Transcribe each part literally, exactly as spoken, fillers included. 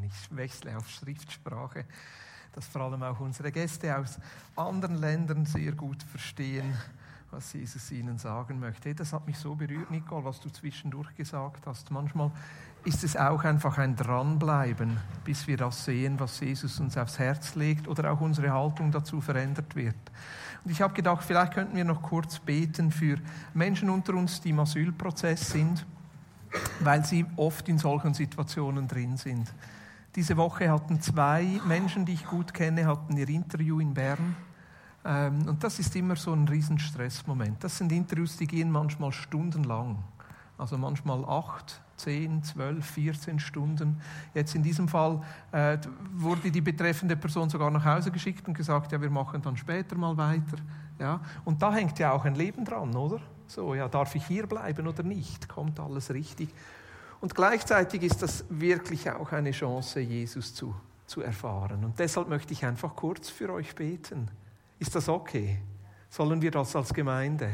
Ich wechsle auf Schriftsprache, dass vor allem auch unsere Gäste aus anderen Ländern sehr gut verstehen, was Jesus ihnen sagen möchte. Das hat mich so berührt, Nicole, was du zwischendurch gesagt hast. Manchmal ist es auch einfach ein Dranbleiben, bis wir das sehen, was Jesus uns aufs Herz legt oder auch unsere Haltung dazu verändert wird. Und ich habe gedacht, vielleicht könnten wir noch kurz beten für Menschen unter uns, die im Asylprozess sind, weil sie oft in solchen Situationen drin sind. Diese Woche hatten zwei Menschen, die ich gut kenne, hatten ihr Interview in Bern. Und das ist immer so ein riesen Stressmoment. Das sind Interviews, die gehen manchmal stundenlang. Also manchmal acht, zehn, zwölf, vierzehn Stunden. Jetzt in diesem Fall äh, wurde die betreffende Person sogar nach Hause geschickt und gesagt, ja, wir machen dann später mal weiter. Ja? Und da hängt ja auch ein Leben dran, oder? So, ja, darf ich hier bleiben oder nicht? Kommt alles richtig? Und gleichzeitig ist das wirklich auch eine Chance, Jesus zu, zu erfahren. Und deshalb möchte ich einfach kurz für euch beten. Ist das okay? Sollen wir das als Gemeinde?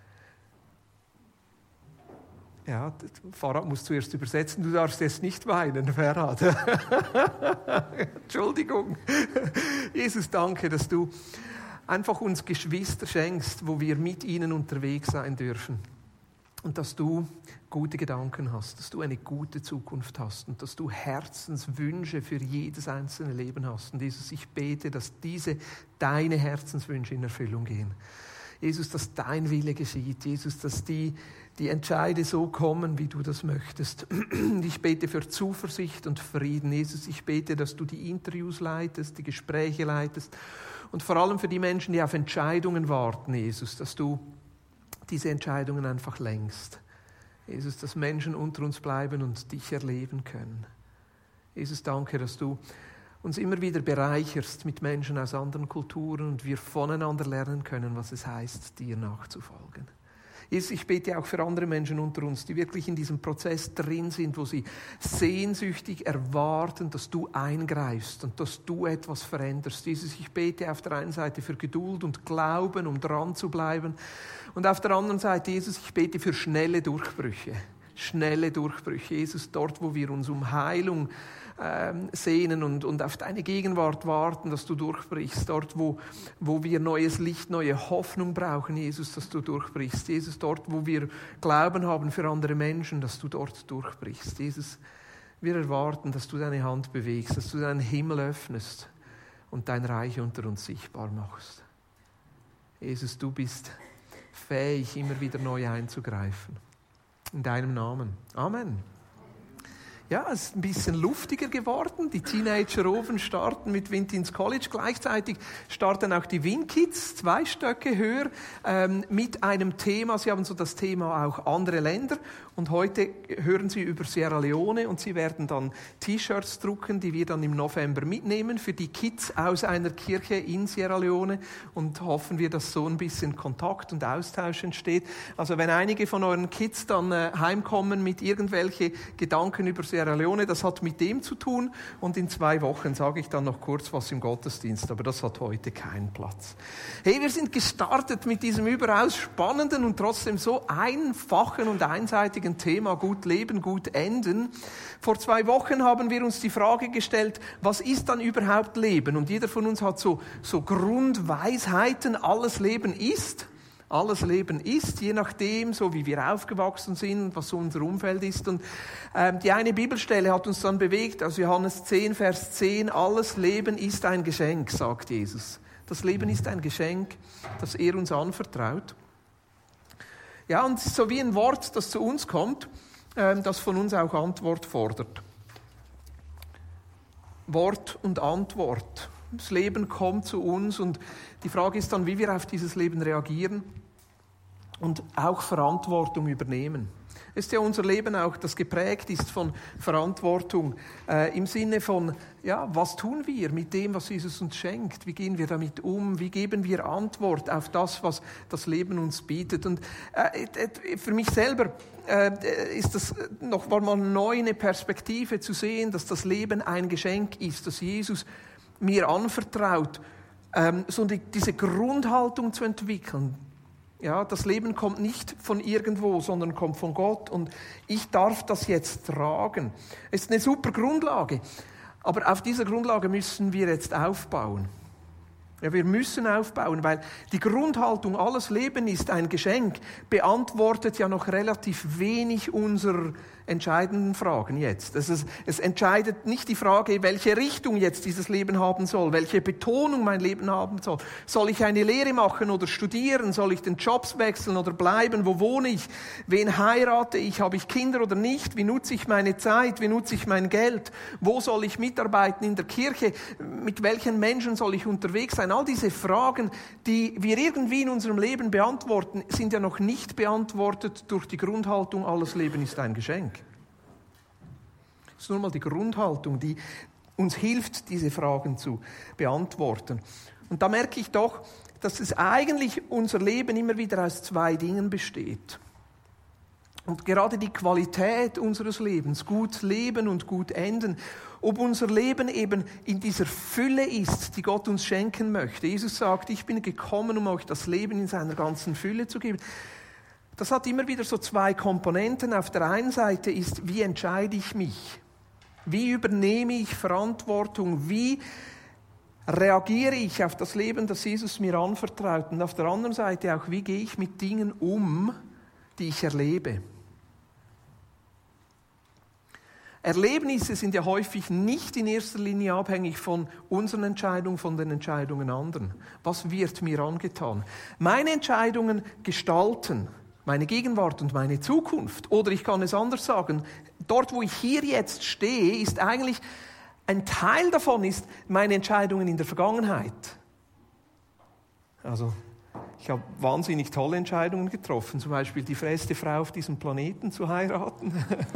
Ja, Farhad muss zuerst übersetzen. Du darfst jetzt nicht weinen, Farhad. Entschuldigung. Jesus, danke, dass du einfach uns Geschwister schenkst, wo wir mit ihnen unterwegs sein dürfen. Und dass du gute Gedanken hast, dass du eine gute Zukunft hast und dass du Herzenswünsche für jedes einzelne Leben hast. Und Jesus, ich bete, dass diese deine Herzenswünsche in Erfüllung gehen. Jesus, dass dein Wille geschieht. Jesus, dass die, die Entscheide so kommen, wie du das möchtest. Ich bete für Zuversicht und Frieden. Jesus, ich bete, dass du die Interviews leitest, die Gespräche leitest und vor allem für die Menschen, die auf Entscheidungen warten, Jesus, dass du diese Entscheidungen einfach lenkst. Jesus, dass Menschen unter uns bleiben und dich erleben können. Jesus, danke, dass du uns immer wieder bereicherst mit Menschen aus anderen Kulturen und wir voneinander lernen können, was es heißt, dir nachzufolgen. Jesus, ich bete auch für andere Menschen unter uns, die wirklich in diesem Prozess drin sind, wo sie sehnsüchtig erwarten, dass du eingreifst und dass du etwas veränderst. Jesus, ich bete auf der einen Seite für Geduld und Glauben, um dran zu bleiben. Und auf der anderen Seite, Jesus, ich bete für schnelle Durchbrüche. Schnelle Durchbrüche. Jesus, dort, wo wir uns um Heilung ähm, sehnen und, und auf deine Gegenwart warten, dass du durchbrichst. Dort, wo, wo wir neues Licht, neue Hoffnung brauchen, Jesus, dass du durchbrichst. Jesus, dort, wo wir Glauben haben für andere Menschen, dass du dort durchbrichst. Jesus, wir erwarten, dass du deine Hand bewegst, dass du deinen Himmel öffnest und dein Reich unter uns sichtbar machst. Jesus, du bist fähig, immer wieder neu einzugreifen. In deinem Namen. Amen. Ja, es ist ein bisschen luftiger geworden. Die Teenager oben starten mit Wind ins College. Gleichzeitig starten auch die Win-Kids zwei Stöcke höher ähm, mit einem Thema. Sie haben so das Thema auch andere Länder. Und heute hören Sie über Sierra Leone und Sie werden dann T-Shirts drucken, die wir dann im November mitnehmen für die Kids aus einer Kirche in Sierra Leone und hoffen wir, dass so ein bisschen Kontakt und Austausch entsteht. Also wenn einige von euren Kids dann äh, heimkommen mit irgendwelche Gedanken über Sierra Leone, das hat mit dem zu tun und in zwei Wochen sage ich dann noch kurz was im Gottesdienst, aber das hat heute keinen Platz. Hey, wir sind gestartet mit diesem überaus spannenden und trotzdem so einfachen und einseitigen Thema gut leben, gut enden. Vor zwei Wochen haben wir uns die Frage gestellt, was ist dann überhaupt Leben? Und jeder von uns hat so, so Grundweisheiten, alles Leben ist. Alles Leben ist, je nachdem, so wie wir aufgewachsen sind, was so unser Umfeld ist. Und ähm, die eine Bibelstelle hat uns dann bewegt, also Johannes zehn, Vers zehn, alles Leben ist ein Geschenk, sagt Jesus. Das Leben ist ein Geschenk, das er uns anvertraut. Ja, und es ist so wie ein Wort, das zu uns kommt, ähm, das von uns auch Antwort fordert. Wort und Antwort. Das Leben kommt zu uns und die Frage ist dann, wie wir auf dieses Leben reagieren und auch Verantwortung übernehmen. Es ist ja unser Leben auch, das geprägt ist von Verantwortung äh, im Sinne von, ja, was tun wir mit dem, was Jesus uns schenkt? Wie gehen wir damit um? Wie geben wir Antwort auf das, was das Leben uns bietet? Und äh, für mich selber äh, ist das noch mal neu eine Perspektive zu sehen, dass das Leben ein Geschenk ist, dass Jesus mir anvertraut, ähm, so die, diese Grundhaltung zu entwickeln. Ja, das Leben kommt nicht von irgendwo, sondern kommt von Gott und ich darf das jetzt tragen. Es ist eine super Grundlage. Aber auf dieser Grundlage müssen wir jetzt aufbauen. Ja, wir müssen aufbauen, weil die Grundhaltung, alles Leben ist ein Geschenk, beantwortet ja noch relativ wenig unserer entscheidenden Fragen jetzt. Es, ist, es entscheidet nicht die Frage, welche Richtung jetzt dieses Leben haben soll, welche Betonung mein Leben haben soll. Soll ich eine Lehre machen oder studieren? Soll ich den Jobs wechseln oder bleiben? Wo wohne ich? Wen heirate ich? Habe ich Kinder oder nicht? Wie nutze ich meine Zeit? Wie nutze ich mein Geld? Wo soll ich mitarbeiten in der Kirche? Mit welchen Menschen soll ich unterwegs sein? All diese Fragen, die wir irgendwie in unserem Leben beantworten, sind ja noch nicht beantwortet durch die Grundhaltung, alles Leben ist ein Geschenk. Das ist nur mal die Grundhaltung, die uns hilft, diese Fragen zu beantworten. Und da merke ich doch, dass es eigentlich unser Leben immer wieder aus zwei Dingen besteht. Und gerade die Qualität unseres Lebens, gut leben und gut enden, ob unser Leben eben in dieser Fülle ist, die Gott uns schenken möchte. Jesus sagt, ich bin gekommen, um euch das Leben in seiner ganzen Fülle zu geben. Das hat immer wieder so zwei Komponenten. Auf der einen Seite ist, wie entscheide ich mich? Wie übernehme ich Verantwortung? Wie reagiere ich auf das Leben, das Jesus mir anvertraut? Und auf der anderen Seite auch, wie gehe ich mit Dingen um, die ich erlebe? Erlebnisse sind ja häufig nicht in erster Linie abhängig von unseren Entscheidungen, von den Entscheidungen anderen. Was wird mir angetan? Meine Entscheidungen gestalten meine Gegenwart und meine Zukunft. Oder ich kann es anders sagen, dort, wo ich hier jetzt stehe, ist eigentlich, ein Teil davon ist meine Entscheidungen in der Vergangenheit. Also, ich habe wahnsinnig tolle Entscheidungen getroffen, zum Beispiel die fräste Frau auf diesem Planeten zu heiraten.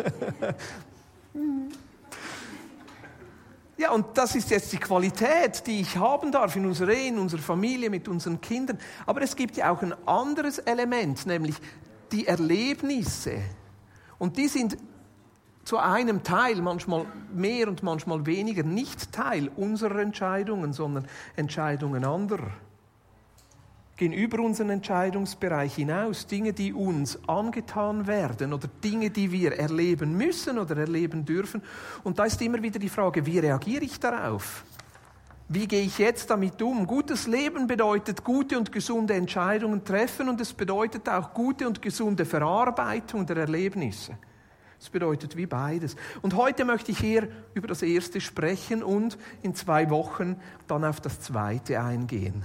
Ja, und das ist jetzt die Qualität, die ich haben darf in unserer Ehe, in unserer Familie, mit unseren Kindern. Aber es gibt ja auch ein anderes Element, nämlich die Erlebnisse. Und die sind zu einem Teil, manchmal mehr und manchmal weniger, nicht Teil unserer Entscheidungen, sondern Entscheidungen anderer. Gehen über unseren Entscheidungsbereich hinaus, Dinge, die uns angetan werden oder Dinge, die wir erleben müssen oder erleben dürfen. Und da ist immer wieder die Frage, wie reagiere ich darauf? Wie gehe ich jetzt damit um? Gutes Leben bedeutet gute und gesunde Entscheidungen treffen und es bedeutet auch gute und gesunde Verarbeitung der Erlebnisse. Es bedeutet wie beides. Und heute möchte ich eher über das Erste sprechen und in zwei Wochen dann auf das Zweite eingehen.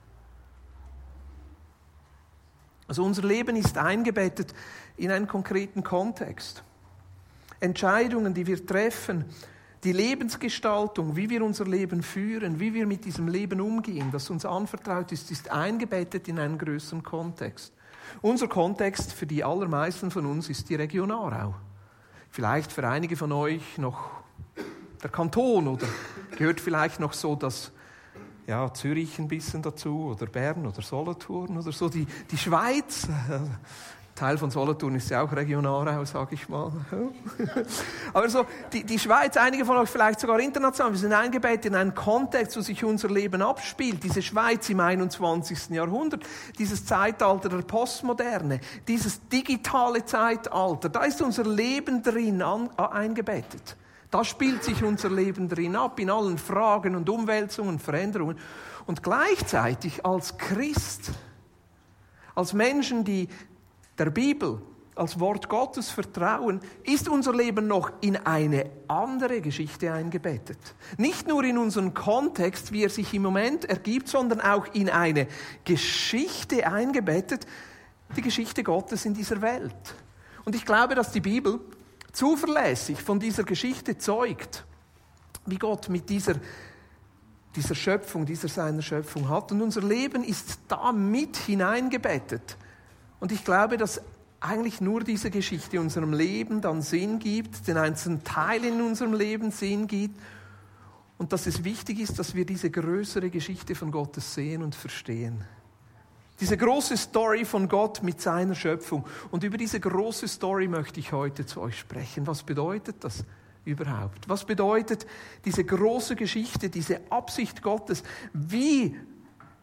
Also unser Leben ist eingebettet in einen konkreten Kontext. Entscheidungen, die wir treffen, die Lebensgestaltung, wie wir unser Leben führen, wie wir mit diesem Leben umgehen, das uns anvertraut ist, ist eingebettet in einen größeren Kontext. Unser Kontext für die allermeisten von uns ist die Region Aarau. Vielleicht für einige von euch noch der Kanton oder gehört vielleicht noch so das Ja, Zürich ein bisschen dazu oder Bern oder Solothurn oder so. Die, die Schweiz, Teil von Solothurn ist ja auch Region Aarau, sage ich mal. Aber so, die, die Schweiz, einige von euch vielleicht sogar international, wir sind eingebettet in einen Kontext, wo sich unser Leben abspielt. Diese Schweiz im einundzwanzigsten Jahrhundert, dieses Zeitalter der Postmoderne, dieses digitale Zeitalter, da ist unser Leben drin an, eingebettet. Da spielt sich unser Leben drin ab, in allen Fragen und Umwälzungen, Veränderungen. Und gleichzeitig als Christ, als Menschen, die der Bibel, als Wort Gottes vertrauen, ist unser Leben noch in eine andere Geschichte eingebettet. Nicht nur in unseren Kontext, wie er sich im Moment ergibt, sondern auch in eine Geschichte eingebettet, die Geschichte Gottes in dieser Welt. Und ich glaube, dass die Bibel zuverlässig von dieser Geschichte zeugt, wie Gott mit dieser, dieser Schöpfung, dieser seiner Schöpfung hat. Und unser Leben ist da mit hineingebettet. Und ich glaube, dass eigentlich nur diese Geschichte unserem Leben dann Sinn gibt, den einzelnen Teilen in unserem Leben Sinn gibt. Und dass es wichtig ist, dass wir diese größere Geschichte von Gottes sehen und verstehen. Diese große Story von Gott mit seiner Schöpfung. Und über diese große Story möchte ich heute zu euch sprechen. Was bedeutet das überhaupt? Was bedeutet diese große Geschichte, diese Absicht Gottes? Wie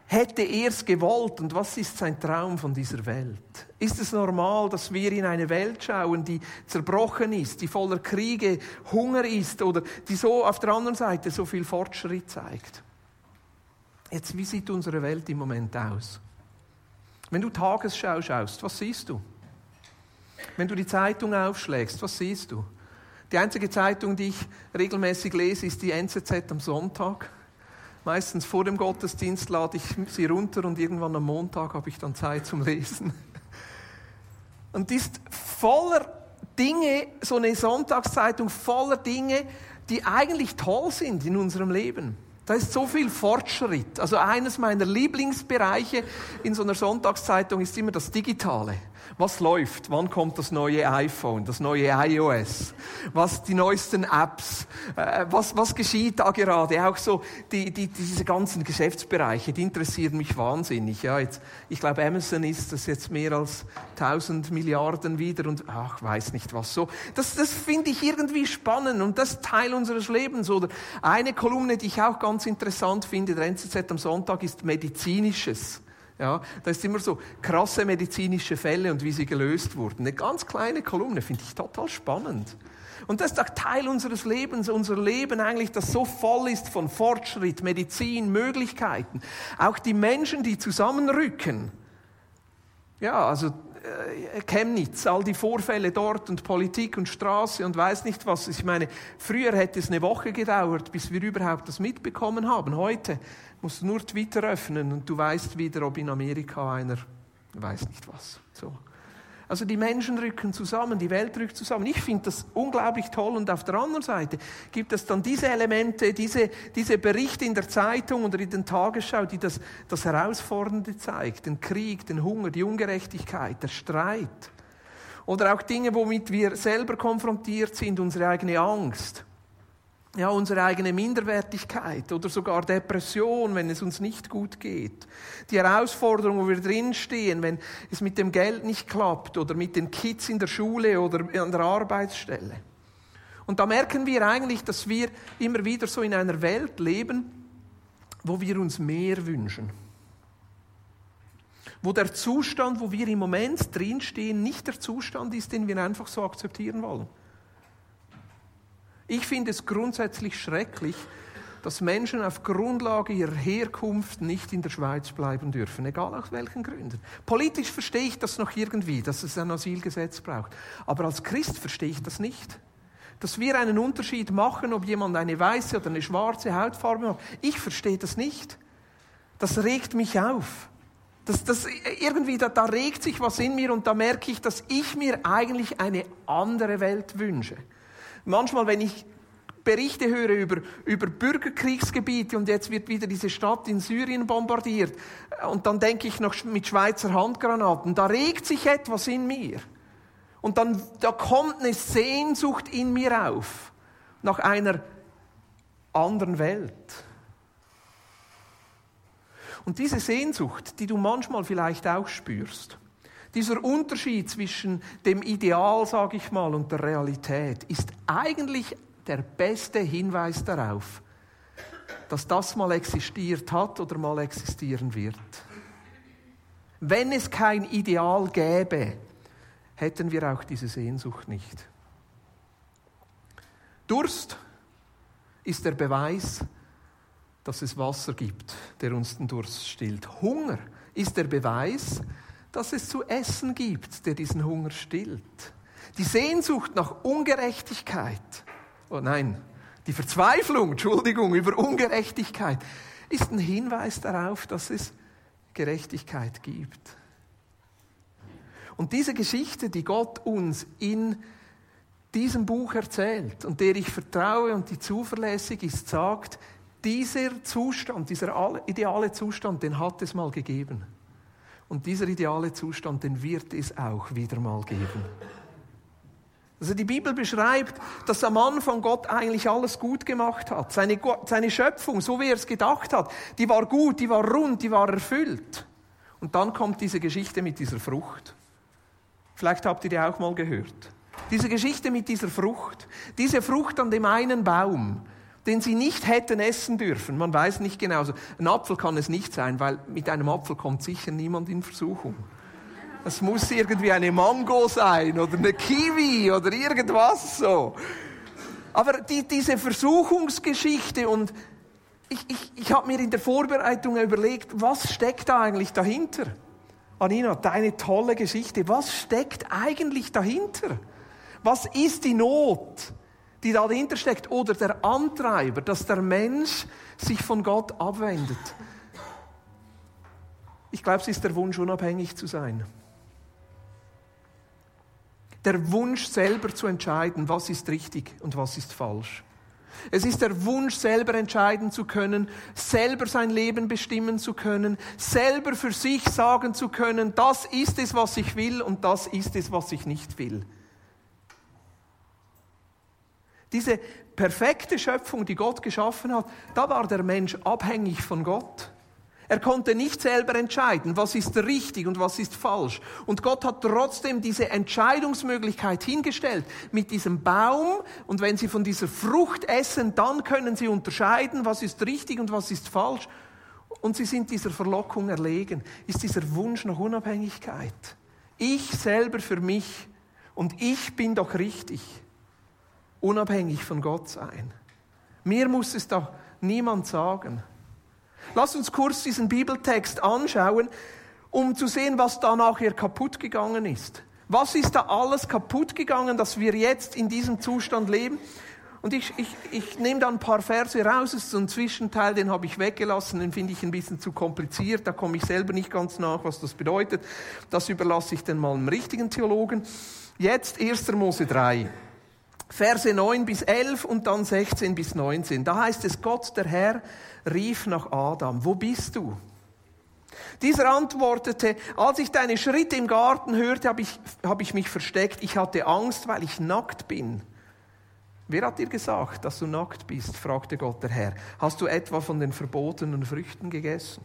hätte er es gewollt und was ist sein Traum von dieser Welt? Ist es normal, dass wir in eine Welt schauen, die zerbrochen ist, die voller Kriege, Hunger ist oder die so auf der anderen Seite so viel Fortschritt zeigt? Jetzt, wie sieht unsere Welt im Moment aus? Wenn du Tagesschau schaust, was siehst du? Wenn du die Zeitung aufschlägst, was siehst du? Die einzige Zeitung, die ich regelmäßig lese, ist die N Z Z am Sonntag. Meistens vor dem Gottesdienst lade ich sie runter und irgendwann am Montag habe ich dann Zeit zum Lesen. Und die ist voller Dinge, so eine Sonntagszeitung voller Dinge, die eigentlich toll sind in unserem Leben. Da ist so viel Fortschritt. Also eines meiner Lieblingsbereiche in so einer Sonntagszeitung ist immer das Digitale. Was läuft? Wann kommt das neue iPhone, das neue iOS? Was die neuesten Apps? Äh, was, was geschieht da gerade? Auch so die, die, diese ganzen Geschäftsbereiche, die interessieren mich wahnsinnig. Ja, jetzt, ich glaube, Amazon ist das jetzt mehr als tausend Milliarden wieder und ach, weiß nicht was so. Das, das finde ich irgendwie spannend und das ist Teil unseres Lebens. Oder eine Kolumne, die ich auch ganz interessant finde, der N Z Z am Sonntag, ist Medizinisches. Ja, da ist immer so krasse medizinische Fälle und wie sie gelöst wurden. Eine ganz kleine Kolumne, finde ich total spannend. Und das ist auch Teil unseres Lebens, unser Leben eigentlich, das so voll ist von Fortschritt, Medizin, Möglichkeiten. Auch die Menschen, die zusammenrücken. Ja, also äh, Chemnitz, all die Vorfälle dort und Politik und Straße und weiß nicht was. Ich meine, früher hätte es eine Woche gedauert, bis wir überhaupt das mitbekommen haben. Heute musst du nur Twitter öffnen und du weißt wieder, ob in Amerika einer, weiß nicht was. So. Also die Menschen rücken zusammen, die Welt rückt zusammen. Ich finde das unglaublich toll und auf der anderen Seite gibt es dann diese Elemente, diese, diese Berichte in der Zeitung oder in den Tagesschau, die das, das Herausfordernde zeigt, den Krieg, den Hunger, die Ungerechtigkeit, der Streit. Oder auch Dinge, womit wir selber konfrontiert sind, unsere eigene Angst. Ja, unsere eigene Minderwertigkeit oder sogar Depression, wenn es uns nicht gut geht. Die Herausforderung, wo wir drinstehen, wenn es mit dem Geld nicht klappt oder mit den Kids in der Schule oder an der Arbeitsstelle. Und da merken wir eigentlich, dass wir immer wieder so in einer Welt leben, wo wir uns mehr wünschen. Wo der Zustand, wo wir im Moment drinstehen, nicht der Zustand ist, den wir einfach so akzeptieren wollen. Ich finde es grundsätzlich schrecklich, dass Menschen auf Grundlage ihrer Herkunft nicht in der Schweiz bleiben dürfen, egal aus welchen Gründen. Politisch verstehe ich das noch irgendwie, dass es ein Asylgesetz braucht. Aber als Christ verstehe ich das nicht. Dass wir einen Unterschied machen, ob jemand eine weiße oder eine schwarze Hautfarbe hat. Ich verstehe das nicht. Das regt mich auf. Das, das, irgendwie, da, da regt sich was in mir und da merke ich, dass ich mir eigentlich eine andere Welt wünsche. Manchmal, wenn ich Berichte höre über, über Bürgerkriegsgebiete und jetzt wird wieder diese Stadt in Syrien bombardiert und dann denke ich noch mit Schweizer Handgranaten, da regt sich etwas in mir. Und dann da kommt eine Sehnsucht in mir auf nach einer anderen Welt. Und diese Sehnsucht, die du manchmal vielleicht auch spürst, dieser Unterschied zwischen dem Ideal, sage ich mal, und der Realität ist eigentlich der beste Hinweis darauf, dass das mal existiert hat oder mal existieren wird. Wenn es kein Ideal gäbe, hätten wir auch diese Sehnsucht nicht. Durst ist der Beweis, dass es Wasser gibt, der uns den Durst stillt. Hunger ist der Beweis, dass es zu essen gibt, der diesen Hunger stillt. Die Sehnsucht nach Ungerechtigkeit, oh nein, die Verzweiflung, Entschuldigung, über Ungerechtigkeit, ist ein Hinweis darauf, dass es Gerechtigkeit gibt. Und diese Geschichte, die Gott uns in diesem Buch erzählt und der ich vertraue und die zuverlässig ist, sagt, dieser Zustand, dieser ideale Zustand, den hat es mal gegeben. Und dieser ideale Zustand, den wird es auch wieder mal geben. Also die Bibel beschreibt, dass am Anfang Gott eigentlich alles gut gemacht hat. Seine, seine Schöpfung, so wie er es gedacht hat, die war gut, die war rund, die war erfüllt. Und dann kommt diese Geschichte mit dieser Frucht. Vielleicht habt ihr die auch mal gehört. Diese Geschichte mit dieser Frucht. Diese Frucht an dem einen Baum, den sie nicht hätten essen dürfen. Man weiß nicht genau. Also ein Apfel kann es nicht sein, weil mit einem Apfel kommt sicher niemand in Versuchung. Es muss irgendwie eine Mango sein oder eine Kiwi oder irgendwas so. Aber die, diese Versuchungsgeschichte, und ich, ich, ich habe mir in der Vorbereitung überlegt, was steckt da eigentlich dahinter? Anina, deine tolle Geschichte. Was steckt eigentlich dahinter? Was ist die Not, die da dahinter steckt? Oder der Antreiber, dass der Mensch sich von Gott abwendet? Ich glaube, es ist der Wunsch, unabhängig zu sein. Der Wunsch, selber zu entscheiden, was ist richtig und was ist falsch. Es ist der Wunsch, selber entscheiden zu können, selber sein Leben bestimmen zu können, selber für sich sagen zu können, das ist es, was ich will, und das ist es, was ich nicht will. Diese perfekte Schöpfung, die Gott geschaffen hat, da war der Mensch abhängig von Gott. Er konnte nicht selber entscheiden, was ist richtig und was ist falsch. Und Gott hat trotzdem diese Entscheidungsmöglichkeit hingestellt mit diesem Baum. Und wenn sie von dieser Frucht essen, dann können sie unterscheiden, was ist richtig und was ist falsch. Und sie sind dieser Verlockung erlegen. Ist dieser Wunsch nach Unabhängigkeit. Ich selber für mich und ich bin doch richtig. Unabhängig von Gott sein. Mir muss es doch niemand sagen. Lass uns kurz diesen Bibeltext anschauen, um zu sehen, was da nachher kaputt gegangen ist. Was ist da alles kaputt gegangen, dass wir jetzt in diesem Zustand leben? Und ich, ich, ich nehme da ein paar Verse raus, es ist so ein Zwischenteil, den habe ich weggelassen, den finde ich ein bisschen zu kompliziert, da komme ich selber nicht ganz nach, was das bedeutet. Das überlasse ich dann mal einem richtigen Theologen. Jetzt erster Mose drei. Verse neun bis elf und dann sechzehn bis neunzehn. Da heißt es, Gott, der Herr, rief nach Adam, wo bist du? Dieser antwortete, als ich deine Schritte im Garten hörte, habe ich, hab ich mich versteckt. Ich hatte Angst, weil ich nackt bin. Wer hat dir gesagt, dass du nackt bist? Fragte Gott der Herr. Hast du etwa von den verbotenen Früchten gegessen?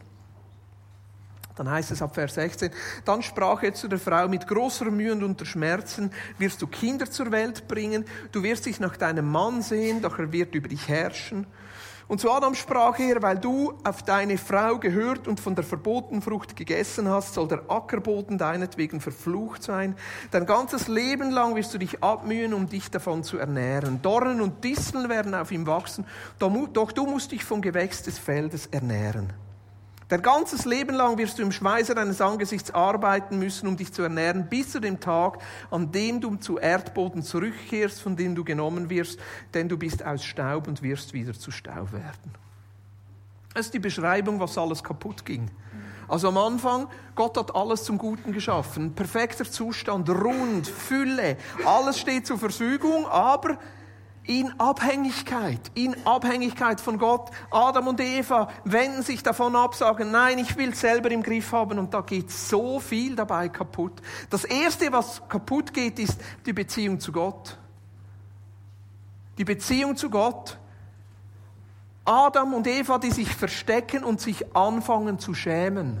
Dann heißt es ab Vers sechzehn, dann sprach er zu der Frau, mit großer Mühe und unter Schmerzen wirst du Kinder zur Welt bringen, du wirst dich nach deinem Mann sehen, doch er wird über dich herrschen. Und zu Adam sprach er, weil du auf deine Frau gehört und von der verbotenen Frucht gegessen hast, soll der Ackerboden deinetwegen verflucht sein. Dein ganzes Leben lang wirst du dich abmühen, um dich davon zu ernähren. Dornen und Disteln werden auf ihm wachsen, doch du musst dich vom Gewächs des Feldes ernähren. Dein ganzes Leben lang wirst du im Schweiße deines Angesichts arbeiten müssen, um dich zu ernähren, bis zu dem Tag, an dem du zu Erdboden zurückkehrst, von dem du genommen wirst, denn du bist aus Staub und wirst wieder zu Staub werden. Das ist die Beschreibung, was alles kaputt ging. Also am Anfang, Gott hat alles zum Guten geschaffen. Perfekter Zustand, rund, Fülle, alles steht zur Verfügung, aber in Abhängigkeit, in Abhängigkeit von Gott. Adam und Eva wenden sich davon ab, sagen, nein, ich will es selber im Griff haben, und da geht so viel dabei kaputt. Das Erste, was kaputt geht, ist die Beziehung zu Gott. Die Beziehung zu Gott. Adam und Eva, die sich verstecken und sich anfangen zu schämen.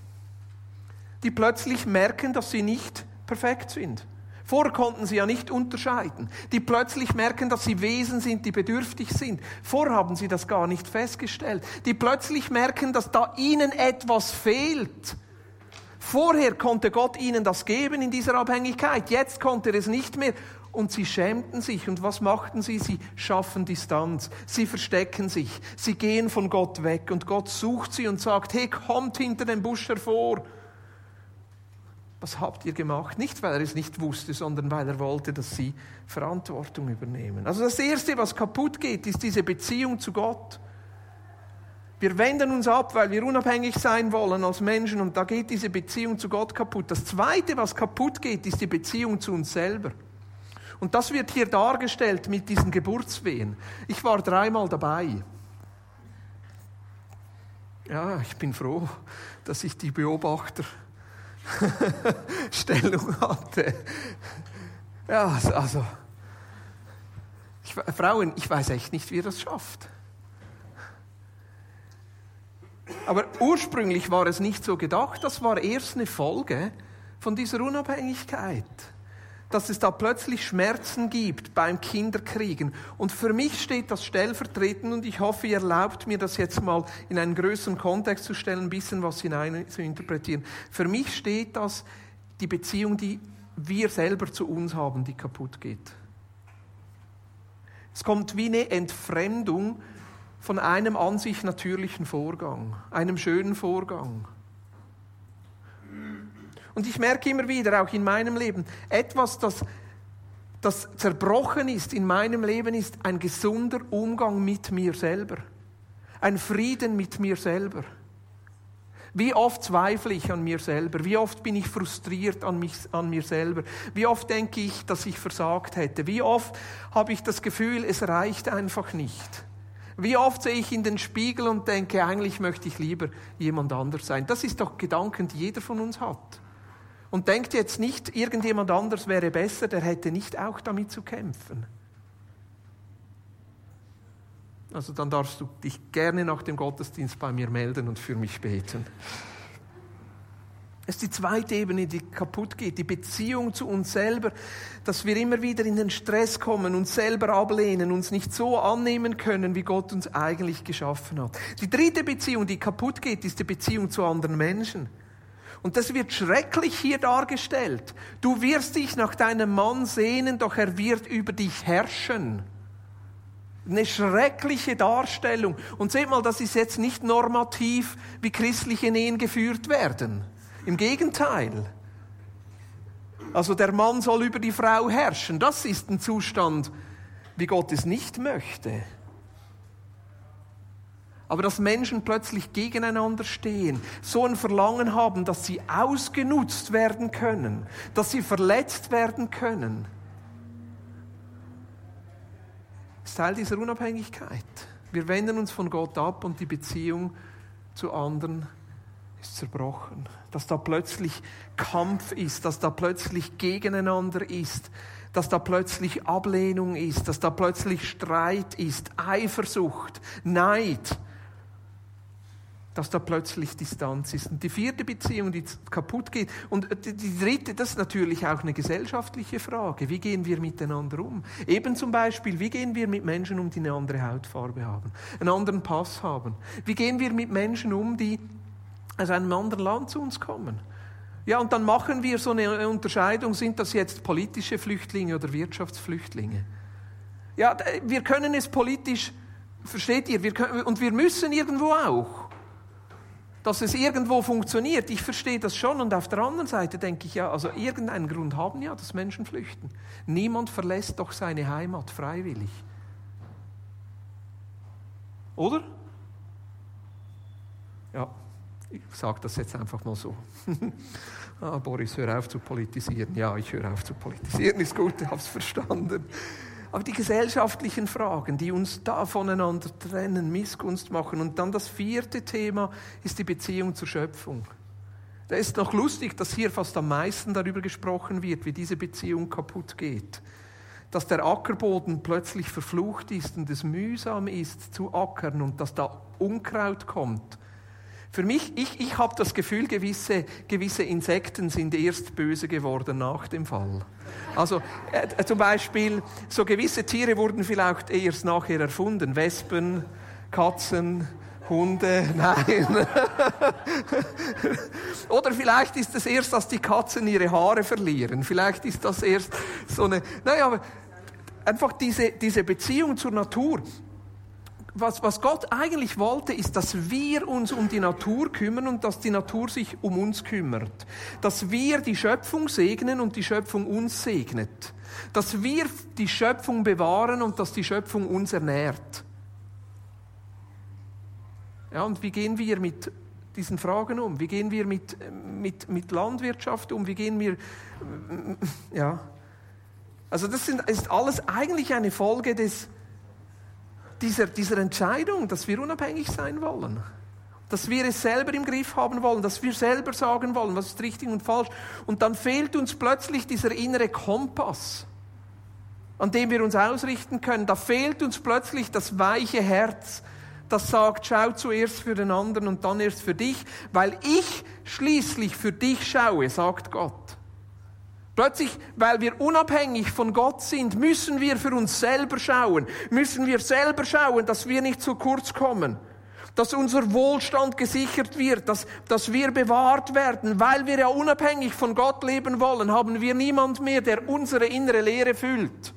Die plötzlich merken, dass sie nicht perfekt sind. Vorher konnten sie ja nicht unterscheiden. Die plötzlich merken, dass sie Wesen sind, die bedürftig sind. Vorher haben sie das gar nicht festgestellt. Die plötzlich merken, dass da ihnen etwas fehlt. Vorher konnte Gott ihnen das geben in dieser Abhängigkeit. Jetzt konnte er es nicht mehr. Und sie schämten sich. Und was machten sie? Sie schaffen Distanz. Sie verstecken sich. Sie gehen von Gott weg. Und Gott sucht sie und sagt, hey, kommt hinter dem Busch hervor. Was habt ihr gemacht? Nicht, weil er es nicht wusste, sondern weil er wollte, dass sie Verantwortung übernehmen. Also das Erste, was kaputt geht, ist diese Beziehung zu Gott. Wir wenden uns ab, weil wir unabhängig sein wollen als Menschen, und da geht diese Beziehung zu Gott kaputt. Das Zweite, was kaputt geht, ist die Beziehung zu uns selber. Und das wird hier dargestellt mit diesen Geburtswehen. Ich war dreimal dabei. Ja, ich bin froh, dass ich die Beobachter Stellung hatte. Ja, also, ich, Frauen, ich weiß echt nicht, wie ihr das schafft. Aber ursprünglich war es nicht so gedacht, das war erst eine Folge von dieser Unabhängigkeit. dass es da plötzlich Schmerzen gibt beim Kinderkriegen. Und für mich steht das stellvertretend, und ich hoffe, ihr erlaubt mir das jetzt mal in einen größeren Kontext zu stellen, ein bisschen was hinein zu interpretieren. Für mich steht das die Beziehung, die wir selber zu uns haben, die kaputt geht. Es kommt wie eine Entfremdung von einem an sich natürlichen Vorgang, einem schönen Vorgang. Und ich merke immer wieder, auch in meinem Leben, etwas, das, das zerbrochen ist in meinem Leben, ist ein gesunder Umgang mit mir selber. Ein Frieden mit mir selber. Wie oft zweifle ich an mir selber? Wie oft bin ich frustriert an, mich, an mir selber? Wie oft denke ich, dass ich versagt hätte? Wie oft habe ich das Gefühl, es reicht einfach nicht? Wie oft sehe ich in den Spiegel und denke, eigentlich möchte ich lieber jemand anders sein? Das ist doch Gedanken, die jeder von uns hat. Und denkt jetzt nicht, irgendjemand anders wäre besser, der hätte nicht auch damit zu kämpfen. Also dann darfst du dich gerne nach dem Gottesdienst bei mir melden und für mich beten. Es ist die zweite Ebene, die kaputt geht, die Beziehung zu uns selber, dass wir immer wieder in den Stress kommen, uns selber ablehnen, uns nicht so annehmen können, wie Gott uns eigentlich geschaffen hat. Die dritte Beziehung, die kaputt geht, ist die Beziehung zu anderen Menschen. Und das wird schrecklich hier dargestellt. Du wirst dich nach deinem Mann sehnen, doch er wird über dich herrschen. Eine schreckliche Darstellung. Und seht mal, das ist jetzt nicht normativ, wie christliche Ehen geführt werden. Im Gegenteil. Also der Mann soll über die Frau herrschen. Das ist ein Zustand, wie Gott es nicht möchte. Aber dass Menschen plötzlich gegeneinander stehen, so ein Verlangen haben, dass sie ausgenutzt werden können, dass sie verletzt werden können, ist Teil dieser Unabhängigkeit. Wir wenden uns von Gott ab und die Beziehung zu anderen ist zerbrochen. Dass da plötzlich Kampf ist, dass da plötzlich Gegeneinander ist, dass da plötzlich Ablehnung ist, dass da plötzlich Streit ist, Eifersucht, Neid, dass da plötzlich Distanz ist. Und die vierte Beziehung, die kaputt geht. Und die dritte, das ist natürlich auch eine gesellschaftliche Frage. Wie gehen wir miteinander um? Eben zum Beispiel, wie gehen wir mit Menschen um, die eine andere Hautfarbe haben, einen anderen Pass haben? Wie gehen wir mit Menschen um, die aus einem anderen Land zu uns kommen? Ja, und dann machen wir so eine Unterscheidung, sind das jetzt politische Flüchtlinge oder Wirtschaftsflüchtlinge? Ja, wir können es politisch, versteht ihr, wir können, und wir müssen irgendwo auch. Dass es irgendwo funktioniert, ich verstehe das schon. Und auf der anderen Seite denke ich, ja, also irgendeinen Grund haben ja, dass Menschen flüchten. Niemand verlässt doch seine Heimat freiwillig. Oder? Ja, ich sage das jetzt einfach mal so. ah, Boris, hör auf zu politisieren. Ja, ich höre auf zu politisieren, ist gut, ich habe es verstanden. Aber die gesellschaftlichen Fragen, die uns da voneinander trennen, Missgunst machen. Und dann das vierte Thema ist die Beziehung zur Schöpfung. Da ist noch lustig, dass hier fast am meisten darüber gesprochen wird, wie diese Beziehung kaputt geht. Dass der Ackerboden plötzlich verflucht ist und es mühsam ist zu ackern und dass da Unkraut kommt. Für mich, ich, ich habe das Gefühl, gewisse, gewisse Insekten sind erst böse geworden nach dem Fall. Also äh, zum Beispiel, so gewisse Tiere wurden vielleicht erst nachher erfunden. Wespen, Katzen, Hunde, nein. Oder vielleicht ist es erst, dass die Katzen ihre Haare verlieren. Vielleicht ist das erst so eine... Naja, aber einfach diese, diese Beziehung zur Natur... Was, was Gott eigentlich wollte, ist, dass wir uns um die Natur kümmern und dass die Natur sich um uns kümmert. Dass wir die Schöpfung segnen und die Schöpfung uns segnet. Dass wir die Schöpfung bewahren und dass die Schöpfung uns ernährt. Ja, und wie gehen wir mit diesen Fragen um? Wie gehen wir mit, mit, mit Landwirtschaft um? Wie gehen wir, ja. Also das sind, ist alles eigentlich eine Folge des Dieser, dieser Entscheidung, dass wir unabhängig sein wollen, dass wir es selber im Griff haben wollen, dass wir selber sagen wollen, was ist richtig und falsch. Und dann fehlt uns plötzlich dieser innere Kompass, an dem wir uns ausrichten können. Da fehlt uns plötzlich das weiche Herz, das sagt, schau zuerst für den anderen und dann erst für dich, weil ich schließlich für dich schaue, sagt Gott. Plötzlich, weil wir unabhängig von Gott sind, müssen wir für uns selber schauen. Müssen wir selber schauen, dass wir nicht zu kurz kommen. Dass unser Wohlstand gesichert wird, dass, dass wir bewahrt werden. Weil wir ja unabhängig von Gott leben wollen, haben wir niemand mehr, der unsere innere Leere füllt.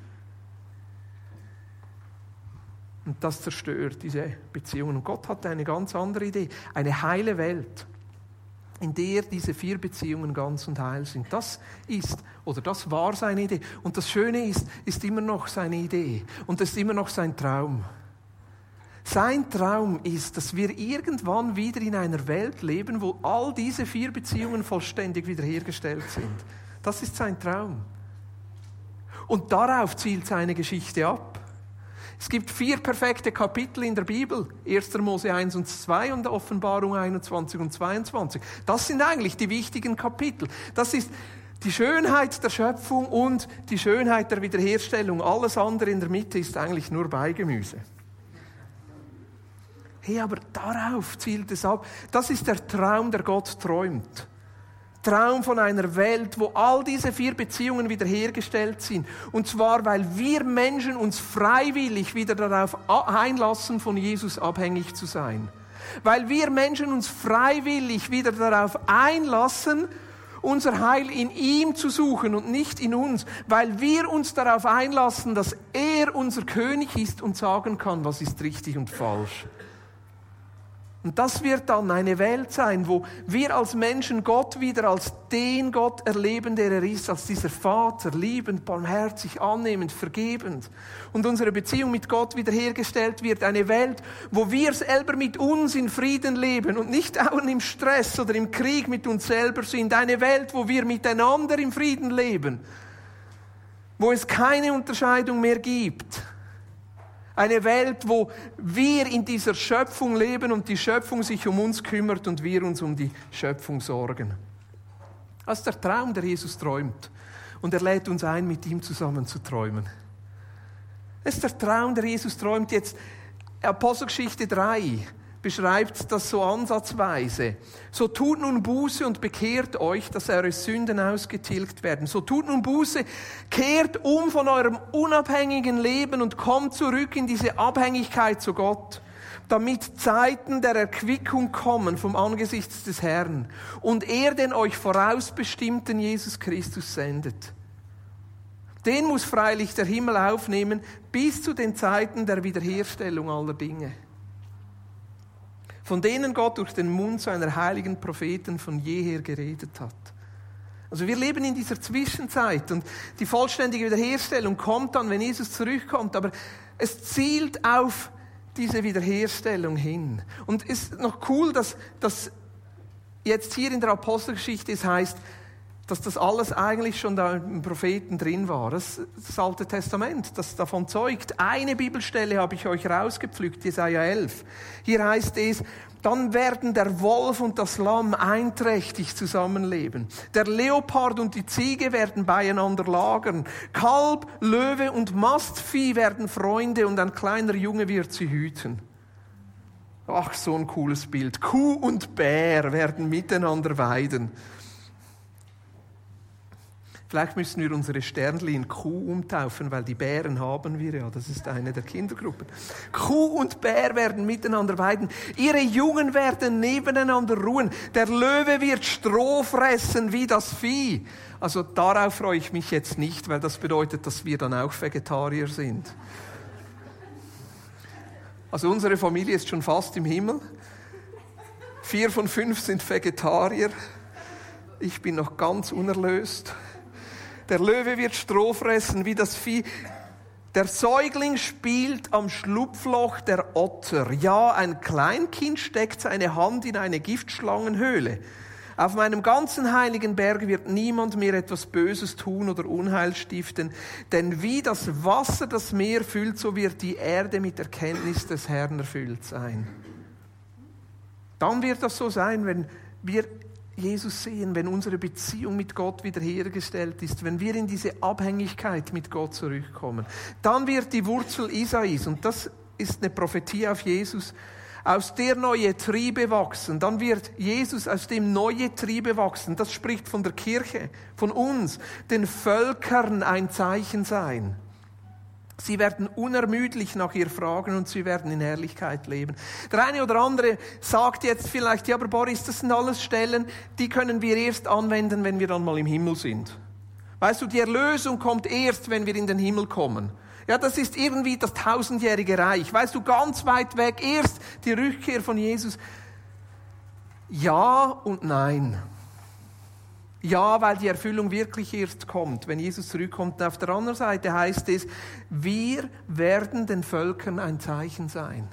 Und das zerstört diese Beziehungen. Und Gott hatte eine ganz andere Idee. Eine heile Welt, in der diese vier Beziehungen ganz und heil sind. Das ist, oder das war seine Idee. Und das Schöne ist, ist immer noch seine Idee. Und das ist immer noch sein Traum. Sein Traum ist, dass wir irgendwann wieder in einer Welt leben, wo all diese vier Beziehungen vollständig wiederhergestellt sind. Das ist sein Traum. Und darauf zielt seine Geschichte ab. Es gibt vier perfekte Kapitel in der Bibel. erster Mose eins und zwei und Offenbarung einundzwanzig und zweiundzwanzig. Das sind eigentlich die wichtigen Kapitel. Das ist die Schönheit der Schöpfung und die Schönheit der Wiederherstellung. Alles andere in der Mitte ist eigentlich nur Beigemüse. Hey, aber darauf zielt es ab. Das ist der Traum, der Gott träumt. Traum von einer Welt, wo all diese vier Beziehungen wiederhergestellt sind. Und zwar, weil wir Menschen uns freiwillig wieder darauf einlassen, von Jesus abhängig zu sein. Weil wir Menschen uns freiwillig wieder darauf einlassen, unser Heil in ihm zu suchen und nicht in uns. Weil wir uns darauf einlassen, dass er unser König ist und sagen kann, was ist richtig und falsch. Und das wird dann eine Welt sein, wo wir als Menschen Gott wieder als den Gott erleben, der er ist, als dieser Vater, liebend, barmherzig, annehmend, vergebend. Und unsere Beziehung mit Gott wiederhergestellt wird. Eine Welt, wo wir selber mit uns in Frieden leben und nicht auch im Stress oder im Krieg mit uns selber sind. Eine Welt, wo wir miteinander im Frieden leben. Wo es keine Unterscheidung mehr gibt. Eine Welt, wo wir in dieser Schöpfung leben und die Schöpfung sich um uns kümmert und wir uns um die Schöpfung sorgen. Das ist der Traum, der Jesus träumt. Und er lädt uns ein, mit ihm zusammen zu träumen. Das ist der Traum, der Jesus träumt. Jetzt Apostelgeschichte drei beschreibt das so ansatzweise. So tut nun Buße und bekehrt euch, dass eure Sünden ausgetilgt werden. So tut nun Buße, kehrt um von eurem unabhängigen Leben und kommt zurück in diese Abhängigkeit zu Gott, damit Zeiten der Erquickung kommen vom Angesicht des Herrn und er den euch vorausbestimmten Jesus Christus sendet. Den muss freilich der Himmel aufnehmen bis zu den Zeiten der Wiederherstellung aller Dinge, von denen Gott durch den Mund seiner heiligen Propheten von jeher geredet hat. Also wir leben in dieser Zwischenzeit und die vollständige Wiederherstellung kommt dann, wenn Jesus zurückkommt, aber es zielt auf diese Wiederherstellung hin. Und es ist noch cool, dass, dass jetzt hier in der Apostelgeschichte es heißt, dass das alles eigentlich schon da im Propheten drin war. Das, das Alte Testament, das davon zeugt. Eine Bibelstelle habe ich euch rausgepflückt, Jesaja elf. Hier heißt es, dann werden der Wolf und das Lamm einträchtig zusammenleben. Der Leopard und die Ziege werden beieinander lagern. Kalb, Löwe und Mastvieh werden Freunde und ein kleiner Junge wird sie hüten. Ach, so ein cooles Bild. Kuh und Bär werden miteinander weiden. Vielleicht müssen wir unsere Sternli in Kuh umtaufen, weil die Bären haben wir ja. Das ist eine der Kindergruppen. Kuh und Bär werden miteinander weiden. Ihre Jungen werden nebeneinander ruhen. Der Löwe wird Stroh fressen wie das Vieh. Also darauf freue ich mich jetzt nicht, weil das bedeutet, dass wir dann auch Vegetarier sind. Also unsere Familie ist schon fast im Himmel. Vier von fünf sind Vegetarier. Ich bin noch ganz unerlöst. Der Löwe wird Stroh fressen wie das Vieh. Der Säugling spielt am Schlupfloch der Otter. Ja, ein Kleinkind steckt seine Hand in eine Giftschlangenhöhle. Auf meinem ganzen heiligen Berg wird niemand mehr etwas Böses tun oder Unheil stiften. Denn wie das Wasser das Meer füllt, so wird die Erde mit Erkenntnis des Herrn erfüllt sein. Dann wird das so sein, wenn wir Jesus sehen, wenn unsere Beziehung mit Gott wiederhergestellt ist, wenn wir in diese Abhängigkeit mit Gott zurückkommen, dann wird die Wurzel Isais, und das ist eine Prophetie auf Jesus, aus der neue Triebe wachsen. Dann wird Jesus aus dem neue Triebe wachsen. Das spricht von der Kirche, von uns, den Völkern ein Zeichen sein. Sie werden unermüdlich nach ihr fragen und sie werden in Herrlichkeit leben. Der eine oder andere sagt jetzt vielleicht, ja, aber Boris, das sind alles Stellen, die können wir erst anwenden, wenn wir dann mal im Himmel sind. Weißt du, die Erlösung kommt erst, wenn wir in den Himmel kommen. Ja, das ist irgendwie das tausendjährige Reich. Weißt du, ganz weit weg, erst die Rückkehr von Jesus. Ja und nein. Ja, weil die Erfüllung wirklich erst kommt, wenn Jesus zurückkommt. Auf der anderen Seite heißt es, wir werden den Völkern ein Zeichen sein.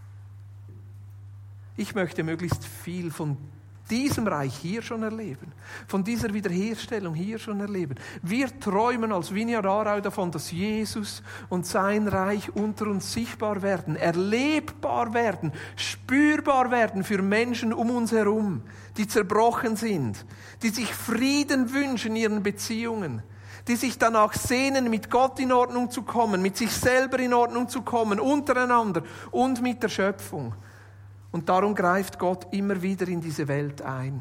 Ich möchte möglichst viel von diesem Reich hier schon erleben, von dieser Wiederherstellung hier schon erleben. Wir träumen als Vineyard Aarau davon, dass Jesus und sein Reich unter uns sichtbar werden, erlebbar werden, spürbar werden für Menschen um uns herum, die zerbrochen sind, die sich Frieden wünschen in ihren Beziehungen, die sich danach sehnen, mit Gott in Ordnung zu kommen, mit sich selber in Ordnung zu kommen, untereinander und mit der Schöpfung. Und darum greift Gott immer wieder in diese Welt ein.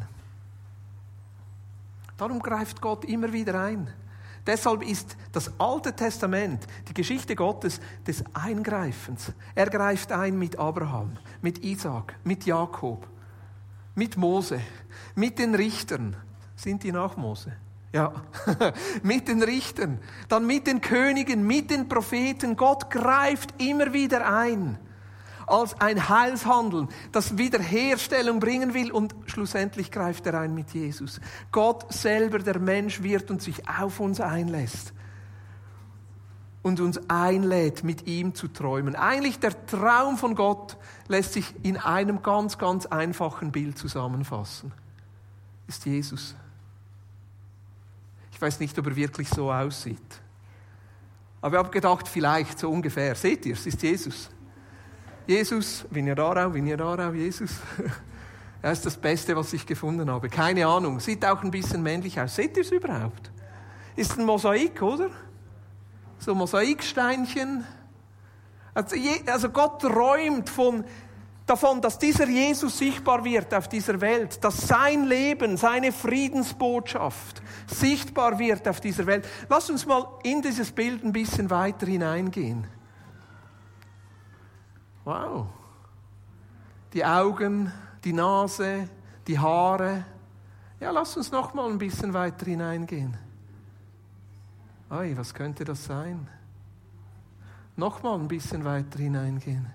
Darum greift Gott immer wieder ein. Deshalb ist das Alte Testament die Geschichte Gottes des Eingreifens. Er greift ein mit Abraham, mit Isaak, mit Jakob, mit Mose, mit den Richtern. Sind die nach Mose? Ja, mit den Richtern, dann mit den Königen, mit den Propheten. Gott greift immer wieder ein. Als ein Heilshandeln, das Wiederherstellung bringen will und schlussendlich greift er ein mit Jesus. Gott selber, der Mensch wird und sich auf uns einlässt und uns einlädt, mit ihm zu träumen. Eigentlich der Traum von Gott lässt sich in einem ganz, ganz einfachen Bild zusammenfassen. Ist Jesus. Ich weiß nicht, ob er wirklich so aussieht. Aber ich habe gedacht, vielleicht so ungefähr. Seht ihr, es ist Jesus. Jesus, Vineyard Aarau, Vineyard Aarau, Jesus. Er ist das Beste, was ich gefunden habe. Keine Ahnung, sieht auch ein bisschen männlich aus. Seht ihr es überhaupt? Ist ein Mosaik, oder? So Mosaiksteinchen. Also Gott träumt von, davon, dass dieser Jesus sichtbar wird auf dieser Welt, dass sein Leben, seine Friedensbotschaft sichtbar wird auf dieser Welt. Lass uns mal in dieses Bild ein bisschen weiter hineingehen. Wow. Die Augen, die Nase, die Haare. Ja, lass uns noch mal ein bisschen weiter hineingehen. Ei, was könnte das sein? Noch mal ein bisschen weiter hineingehen.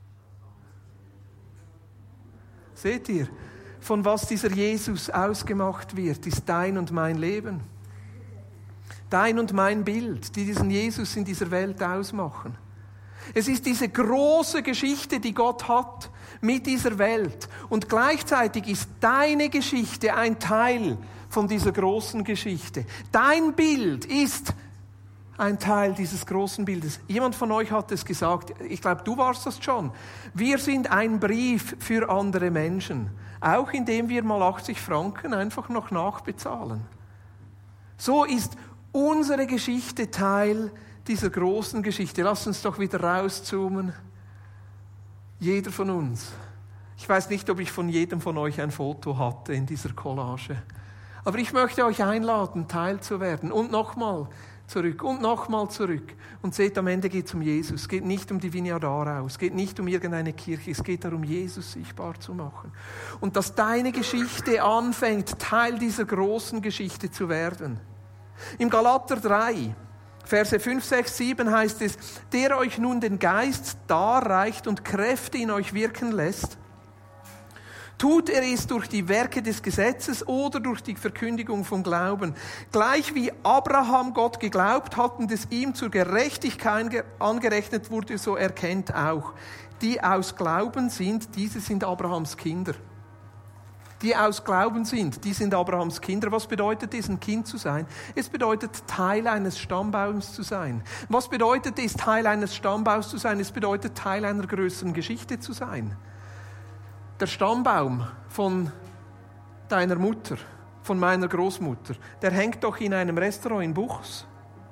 Seht ihr, von was dieser Jesus ausgemacht wird, ist dein und mein Leben. Dein und mein Bild, die diesen Jesus in dieser Welt ausmachen. Es ist diese große Geschichte, die Gott hat mit dieser Welt. Und gleichzeitig ist deine Geschichte ein Teil von dieser großen Geschichte. Dein Bild ist ein Teil dieses großen Bildes. Jemand von euch hat es gesagt, ich glaube, du warst das schon. Wir sind ein Brief für andere Menschen, auch indem wir mal achtzig Franken einfach noch nachbezahlen. So ist unsere Geschichte Teil dieser großen Geschichte. Lass uns doch wieder rauszoomen. Jeder von uns. Ich weiß nicht, ob ich von jedem von euch ein Foto hatte in dieser Collage. Aber ich möchte euch einladen, Teil zu werden. Und nochmal zurück und nochmal zurück. Und seht, am Ende geht es um Jesus. Es geht nicht um die Vineyard Aarau. Es geht nicht um irgendeine Kirche. Es geht darum, Jesus sichtbar zu machen. Und dass deine Geschichte anfängt, Teil dieser großen Geschichte zu werden. Im Galater drei, Verse fünf, sechs, sieben heißt es, der euch nun den Geist darreicht und Kräfte in euch wirken lässt, tut er es durch die Werke des Gesetzes oder durch die Verkündigung vom Glauben. Gleich wie Abraham Gott geglaubt hat und es ihm zur Gerechtigkeit angerechnet wurde, so erkennt auch, die aus Glauben sind, diese sind Abrahams Kinder. Die aus Glauben sind, die sind Abrahams Kinder. Was bedeutet es, ein Kind zu sein? Es bedeutet, Teil eines Stammbaums zu sein. Was bedeutet es, Teil eines Stammbaums zu sein? Es bedeutet, Teil einer größeren Geschichte zu sein. Der Stammbaum von deiner Mutter, von meiner Großmutter, der hängt doch in einem Restaurant in Buchs.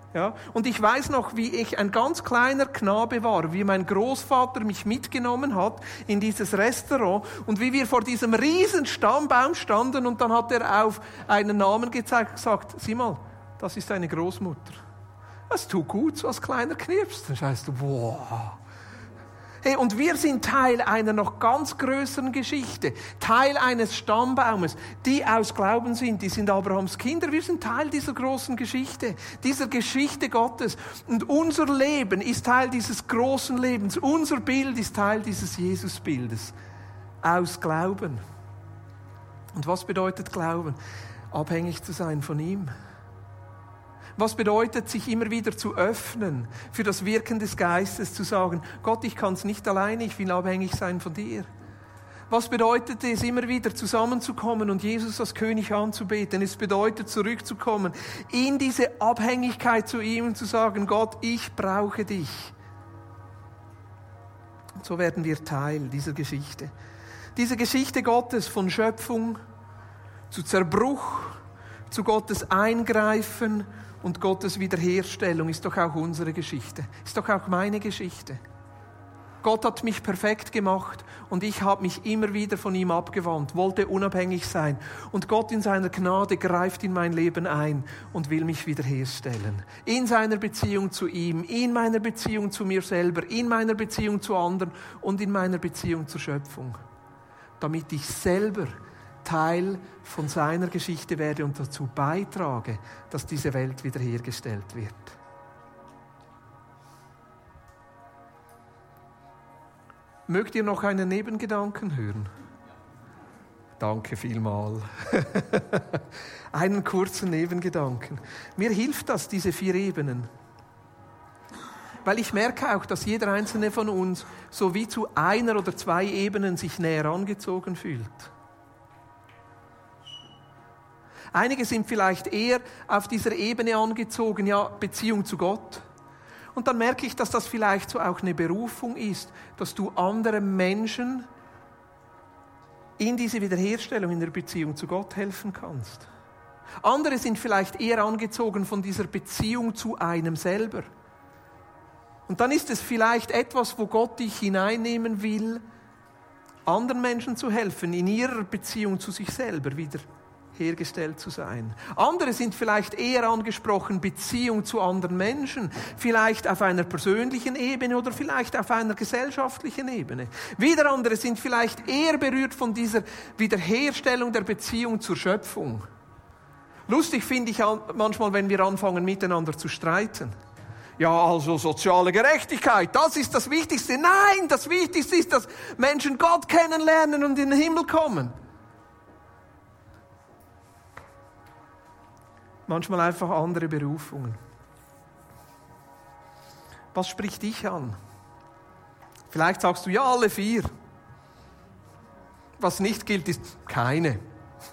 Ja? Und ich weiß noch, wie ich ein ganz kleiner Knabe war, wie mein Großvater mich mitgenommen hat in dieses Restaurant und wie wir vor diesem riesen Stammbaum standen und dann hat er auf einen Namen gezeigt und gesagt, sieh mal, das ist deine Großmutter. Das tut gut, so als kleiner Knirps. Dann scheißt du, wow. Hey, und wir sind Teil einer noch ganz größeren Geschichte, Teil eines Stammbaumes, die aus Glauben sind, die sind Abrahams Kinder, wir sind Teil dieser großen Geschichte, dieser Geschichte Gottes. Und unser Leben ist Teil dieses großen Lebens, unser Bild ist Teil dieses Jesusbildes, aus Glauben. Und was bedeutet Glauben? Abhängig zu sein von ihm. Was bedeutet, sich immer wieder zu öffnen für das Wirken des Geistes, zu sagen, Gott, ich kann es nicht alleine, ich will abhängig sein von dir. Was bedeutet es, immer wieder zusammenzukommen und Jesus als König anzubeten? Es bedeutet, zurückzukommen in diese Abhängigkeit zu ihm und zu sagen, Gott, ich brauche dich. Und so werden wir Teil dieser Geschichte. Diese Geschichte Gottes von Schöpfung zu Zerbruch, zu Gottes Eingreifen und Gottes Wiederherstellung ist doch auch unsere Geschichte, ist doch auch meine Geschichte. Gott hat mich perfekt gemacht und ich habe mich immer wieder von ihm abgewandt, wollte unabhängig sein. Und Gott in seiner Gnade greift in mein Leben ein und will mich wiederherstellen. In seiner Beziehung zu ihm, in meiner Beziehung zu mir selber, in meiner Beziehung zu anderen und in meiner Beziehung zur Schöpfung. Damit ich selber Teil von seiner Geschichte werde und dazu beitrage, dass diese Welt wiederhergestellt wird. Mögt ihr noch einen Nebengedanken hören? Danke vielmal. Einen kurzen Nebengedanken. Mir hilft das, diese vier Ebenen. Weil ich merke auch, dass jeder einzelne von uns so wie zu einer oder zwei Ebenen sich näher angezogen fühlt. Einige sind vielleicht eher auf dieser Ebene angezogen, ja, Beziehung zu Gott. Und dann merke ich, dass das vielleicht so auch eine Berufung ist, dass du anderen Menschen in diese Wiederherstellung in der Beziehung zu Gott helfen kannst. Andere sind vielleicht eher angezogen von dieser Beziehung zu einem selber. Und dann ist es vielleicht etwas, wo Gott dich hineinnehmen will, anderen Menschen zu helfen, in ihrer Beziehung zu sich selber wieder hergestellt zu sein. Andere sind vielleicht eher angesprochen, Beziehung zu anderen Menschen, vielleicht auf einer persönlichen Ebene oder vielleicht auf einer gesellschaftlichen Ebene. Wieder andere sind vielleicht eher berührt von dieser Wiederherstellung der Beziehung zur Schöpfung. Lustig finde ich manchmal, wenn wir anfangen, miteinander zu streiten. Ja, also soziale Gerechtigkeit, das ist das Wichtigste. Nein, das Wichtigste ist, dass Menschen Gott kennenlernen und in den Himmel kommen. Manchmal einfach andere Berufungen. Was spricht dich an? Vielleicht sagst du, ja, alle vier. Was nicht gilt, ist keine.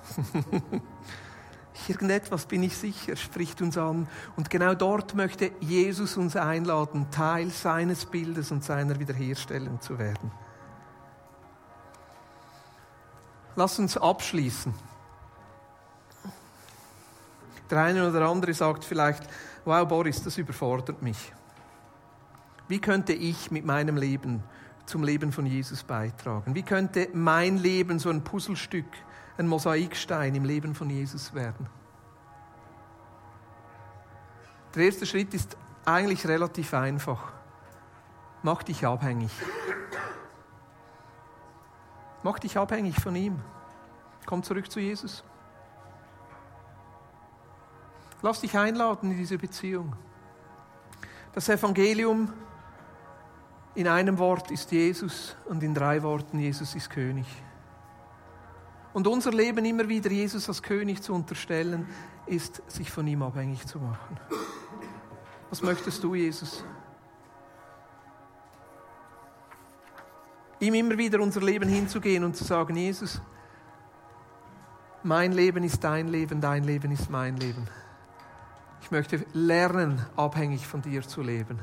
Irgendetwas, bin ich sicher, spricht uns an. Und genau dort möchte Jesus uns einladen, Teil seines Bildes und seiner Wiederherstellung zu werden. Lass uns abschließen. Der eine oder andere sagt vielleicht, wow Boris, das überfordert mich. Wie könnte ich mit meinem Leben zum Leben von Jesus beitragen? Wie könnte mein Leben so ein Puzzlestück, ein Mosaikstein im Leben von Jesus werden? Der erste Schritt ist eigentlich relativ einfach. Mach dich abhängig. Mach dich abhängig von ihm. Komm zurück zu Jesus. Lass dich einladen in diese Beziehung. Das Evangelium in einem Wort ist Jesus und in drei Worten Jesus ist König. Und unser Leben immer wieder Jesus als König zu unterstellen, ist, sich von ihm abhängig zu machen. Was möchtest du, Jesus? Ihm immer wieder unser Leben hinzugehen und zu sagen, Jesus, mein Leben ist dein Leben, dein Leben ist mein Leben. Ich möchte lernen, abhängig von dir zu leben.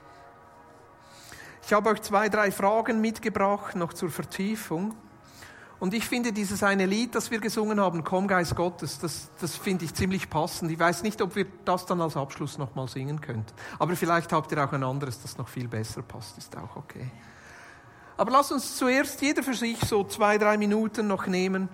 Ich habe euch zwei, drei Fragen mitgebracht, noch zur Vertiefung. Und ich finde dieses eine Lied, das wir gesungen haben, Komm Geist Gottes, das, das finde ich ziemlich passend. Ich weiß nicht, ob wir das dann als Abschluss nochmal singen können. Aber vielleicht habt ihr auch ein anderes, das noch viel besser passt, ist auch okay. Aber lasst uns zuerst jeder für sich so zwei, drei Minuten noch nehmen.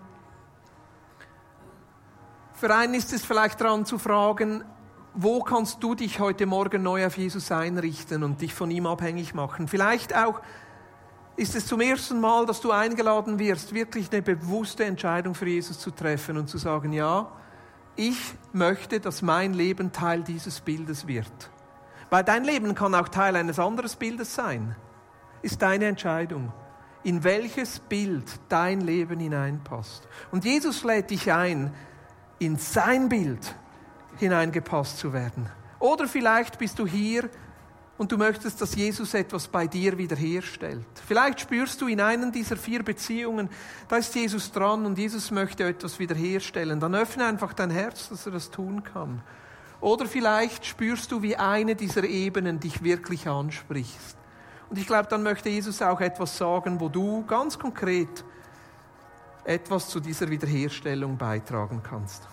Für einen ist es vielleicht dran zu fragen, wo kannst du dich heute Morgen neu auf Jesus einrichten und dich von ihm abhängig machen? Vielleicht auch ist es zum ersten Mal, dass du eingeladen wirst, wirklich eine bewusste Entscheidung für Jesus zu treffen und zu sagen, ja, ich möchte, dass mein Leben Teil dieses Bildes wird. Weil dein Leben kann auch Teil eines anderen Bildes sein. Ist deine Entscheidung, in welches Bild dein Leben hineinpasst. Und Jesus lädt dich ein, in sein Bild hineingepasst zu werden. Oder vielleicht bist du hier und du möchtest, dass Jesus etwas bei dir wiederherstellt. Vielleicht spürst du in einer dieser vier Beziehungen, da ist Jesus dran und Jesus möchte etwas wiederherstellen. Dann öffne einfach dein Herz, dass er das tun kann. Oder vielleicht spürst du, wie eine dieser Ebenen dich wirklich anspricht. Und ich glaube, dann möchte Jesus auch etwas sagen, wo du ganz konkret etwas zu dieser Wiederherstellung beitragen kannst.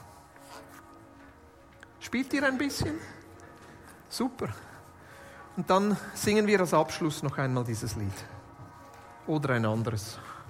Spielt ihr ein bisschen? Super. Und dann singen wir als Abschluss noch einmal dieses Lied. Oder ein anderes.